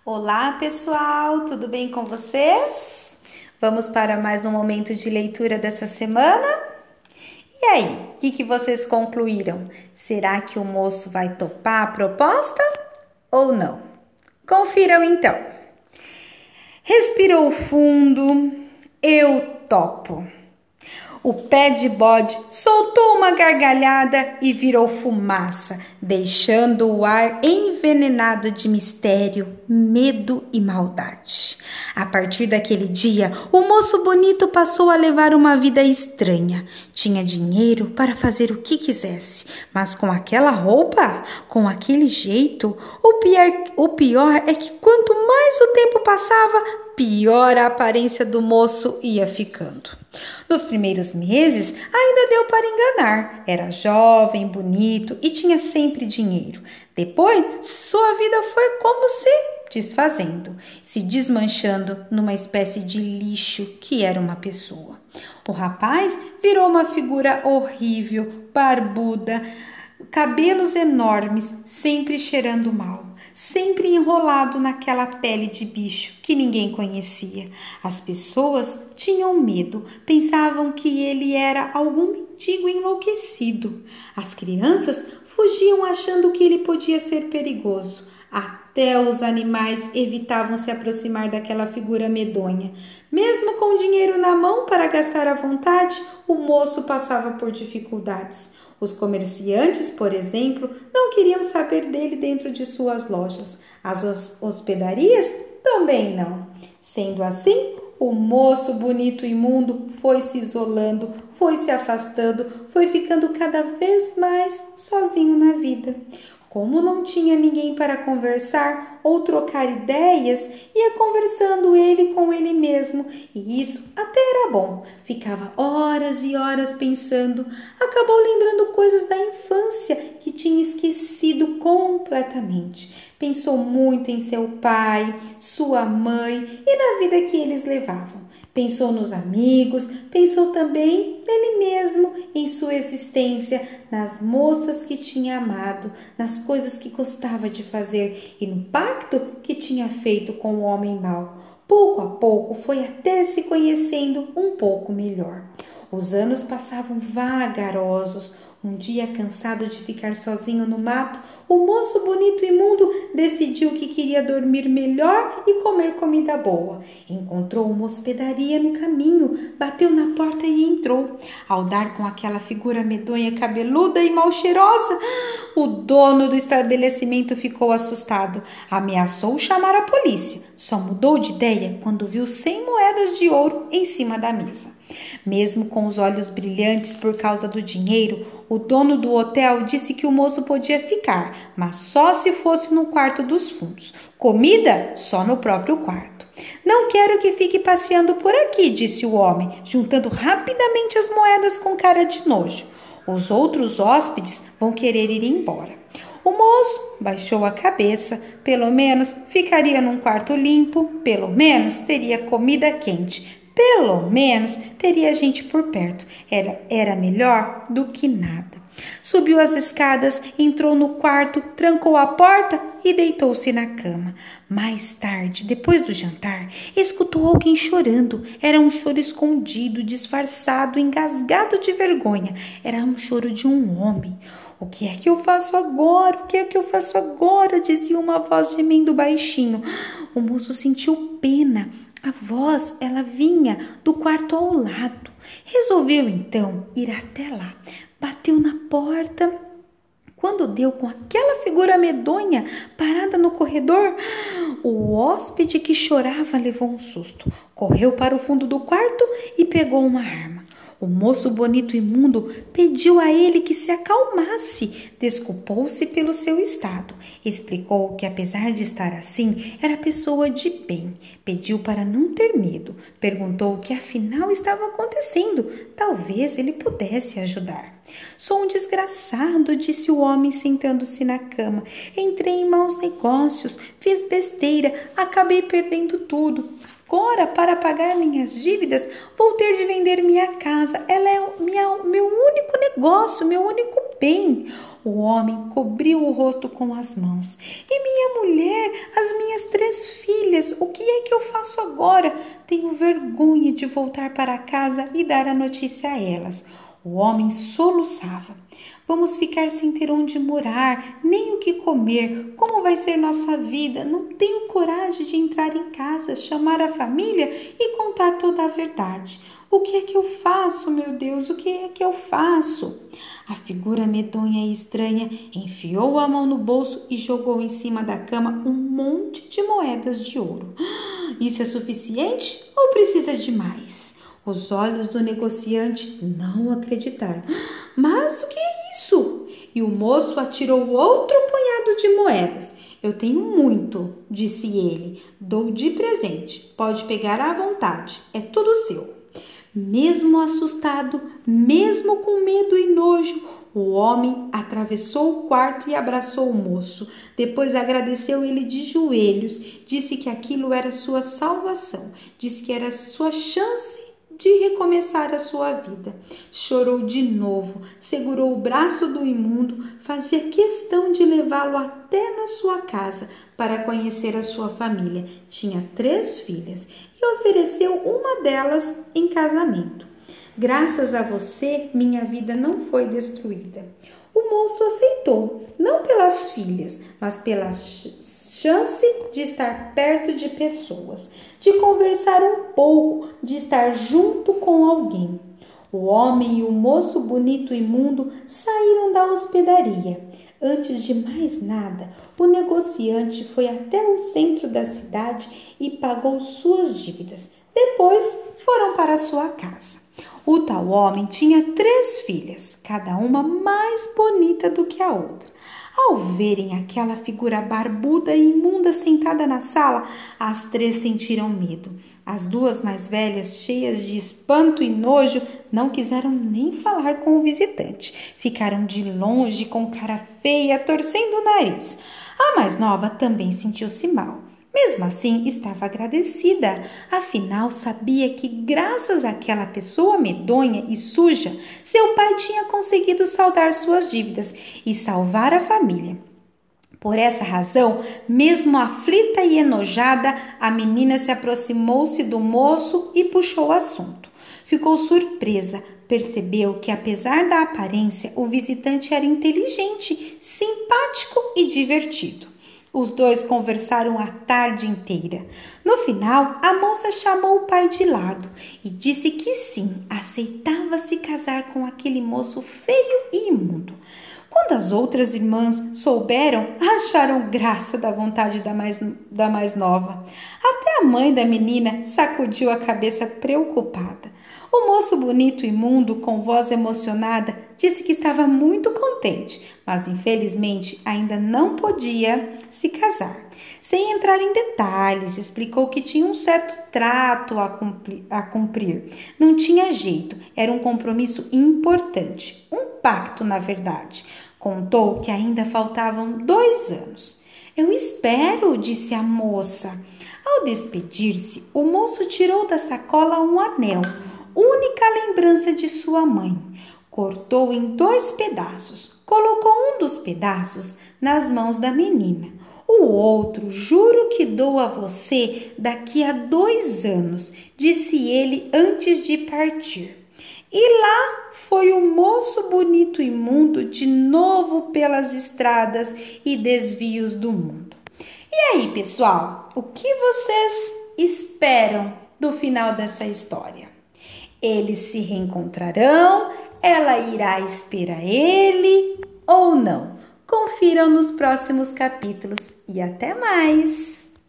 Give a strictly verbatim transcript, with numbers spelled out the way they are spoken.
Olá, pessoal, tudo bem com vocês? Vamos para mais um momento de leitura dessa semana? E aí, o que, que vocês concluíram? Será que o moço vai topar a proposta ou não? Confiram então. Respirou fundo, eu topo. O pé de bode soltou uma gargalhada e virou fumaça, deixando o ar envenenado de mistério, medo e maldade. A partir daquele dia, o moço bonito passou a levar uma vida estranha. Tinha dinheiro para fazer o que quisesse, mas com aquela roupa, com aquele jeito, o pior, o pior é que quanto mais o tempo passava, pior a aparência do moço ia ficando. Nos primeiros meses, ainda deu para enganar. Era jovem, bonito e tinha sempre dinheiro. Depois, sua vida foi como se desfazendo, se desmanchando numa espécie de lixo que era uma pessoa. O rapaz virou uma figura horrível, barbuda, cabelos enormes, sempre cheirando mal, sempre enrolado naquela pele de bicho que ninguém conhecia. As pessoas tinham medo, pensavam que ele era algum mendigo enlouquecido. As crianças fugiam achando que ele podia ser perigoso. Até os animais evitavam se aproximar daquela figura medonha. Mesmo com dinheiro na mão para gastar à vontade, o moço passava por dificuldades. Os comerciantes, por exemplo, não queriam saber dele dentro de suas lojas. As hospedarias também não. Sendo assim, o moço bonito e imundo foi se isolando, foi se afastando, foi ficando cada vez mais sozinho na vida. Como não tinha ninguém para conversar ou trocar ideias, ia conversando ele com ele mesmo, e isso até era bom. Ficava horas e horas pensando, acabou lembrando coisas da infância que tinha esquecido completamente. Pensou muito em seu pai, sua mãe e na vida que eles levavam. Pensou nos amigos, pensou também nele mesmo, em sua existência, nas moças que tinha amado, nas coisas que gostava de fazer e no pacto que tinha feito com o homem mau. Pouco a pouco foi até se conhecendo um pouco melhor. Os anos passavam vagarosos. Um dia, cansado de ficar sozinho no mato, o moço bonito e imundo decidiu que queria dormir melhor e comer comida boa. Encontrou uma hospedaria no caminho, bateu na porta e entrou. Ao dar com aquela figura medonha, cabeluda e mal cheirosa, o dono do estabelecimento ficou assustado. Ameaçou chamar a polícia. Só mudou de ideia quando viu cem moedas de ouro em cima da mesa. Mesmo com os olhos brilhantes por causa do dinheiro, o dono do hotel disse que o moço podia ficar, mas só se fosse no quarto dos fundos. Comida só no próprio quarto. Não quero que fique passeando por aqui, disse o homem, juntando rapidamente as moedas com cara de nojo. Os outros hóspedes vão querer ir embora. O moço baixou a cabeça, pelo menos ficaria num quarto limpo, pelo menos teria comida quente. Pelo menos teria gente por perto. Era, era melhor do que nada. Subiu as escadas, entrou no quarto, trancou a porta e deitou-se na cama. Mais tarde, depois do jantar, escutou alguém chorando. Era um choro escondido, disfarçado, engasgado de vergonha. Era um choro de um homem. O que é que eu faço agora? O que é que eu faço agora? Dizia uma voz gemendo baixinho. O moço sentiu pena. A voz, ela vinha do quarto ao lado. Resolveu então ir até lá. Bateu na porta. Quando deu com aquela figura medonha parada no corredor, o hóspede que chorava levou um susto. Correu para o fundo do quarto e pegou uma arma. O moço bonito e imundo pediu a ele que se acalmasse, desculpou-se pelo seu estado, explicou que apesar de estar assim, era pessoa de bem, pediu para não ter medo, perguntou o que afinal estava acontecendo, talvez ele pudesse ajudar. Sou um desgraçado, disse o homem sentando-se na cama, entrei em maus negócios, fiz besteira, acabei perdendo tudo. Agora, para pagar minhas dívidas, vou ter de vender minha casa. Ela é o minha, meu único negócio, meu único bem. O homem cobriu o rosto com as mãos. E minha mulher, as minhas três filhas, o que é que eu faço agora? Tenho vergonha de voltar para casa e dar a notícia a elas. O homem soluçava. Vamos ficar sem ter onde morar, nem o que comer. Como vai ser nossa vida? Não tenho coragem de entrar em casa, chamar a família e contar toda a verdade. O que é que eu faço, meu Deus? O que é que eu faço? A figura medonha e estranha enfiou a mão no bolso e jogou em cima da cama um monte de moedas de ouro. Isso é suficiente ou precisa de mais? Os olhos do negociante não acreditaram. Mas o que é isso? E o moço atirou outro punhado de moedas. Eu tenho muito, disse ele. Dou de presente. Pode pegar à vontade. É tudo seu. Mesmo assustado, mesmo com medo e nojo, o homem atravessou o quarto e abraçou o moço. Depois agradeceu ele de joelhos. Disse que aquilo era sua salvação. Disse que era sua chance de recomeçar a sua vida. Chorou de novo, segurou o braço do imundo, fazia questão de levá-lo até na sua casa para conhecer a sua família. Tinha três filhas e ofereceu uma delas em casamento. Graças a você, minha vida não foi destruída. O moço aceitou, não pelas filhas, mas pela chance de estar perto de pessoas, de conversar um pouco, de estar junto com alguém. O homem e o moço bonito e imundo saíram da hospedaria. Antes de mais nada, o negociante foi até o centro da cidade e pagou suas dívidas. Depois foram para sua casa. O tal homem tinha três filhas, cada uma mais bonita do que a outra. Ao verem aquela figura barbuda e imunda sentada na sala, as três sentiram medo. As duas mais velhas, cheias de espanto e nojo, não quiseram nem falar com o visitante. Ficaram de longe, com cara feia, torcendo o nariz. A mais nova também sentiu-se mal. Mesmo assim, estava agradecida, afinal sabia que graças àquela pessoa medonha e suja, seu pai tinha conseguido saldar suas dívidas e salvar a família. Por essa razão, mesmo aflita e enojada, a menina se aproximou-se do moço e puxou o assunto. Ficou surpresa, percebeu que apesar da aparência, o visitante era inteligente, simpático e divertido. Os dois conversaram a tarde inteira. No final, a moça chamou o pai de lado e disse que sim, aceitava se casar com aquele moço feio e imundo. Quando as outras irmãs souberam, acharam graça da vontade da mais, da mais nova. Até a mãe da menina sacudiu a cabeça preocupada. O moço bonito e imundo, com voz emocionada, disse que estava muito contente, mas infelizmente ainda não podia se casar. Sem entrar em detalhes, explicou que tinha um certo trato a cumprir, a cumprir. Não tinha jeito, era um compromisso importante, um pacto, na verdade. Contou que ainda faltavam dois anos. Eu espero, disse a moça. Ao despedir-se, o moço tirou da sacola um anel, única lembrança de sua mãe. Cortou em dois pedaços, colocou um dos pedaços nas mãos da menina. O outro, juro que dou a você daqui a dois anos, disse ele antes de partir. E lá foi o moço bonito e imundo de novo pelas estradas e desvios do mundo. E aí, pessoal, o que vocês esperam do final dessa história? Eles se reencontrarão? Ela irá esperar ele ou não? Confiram nos próximos capítulos e até mais!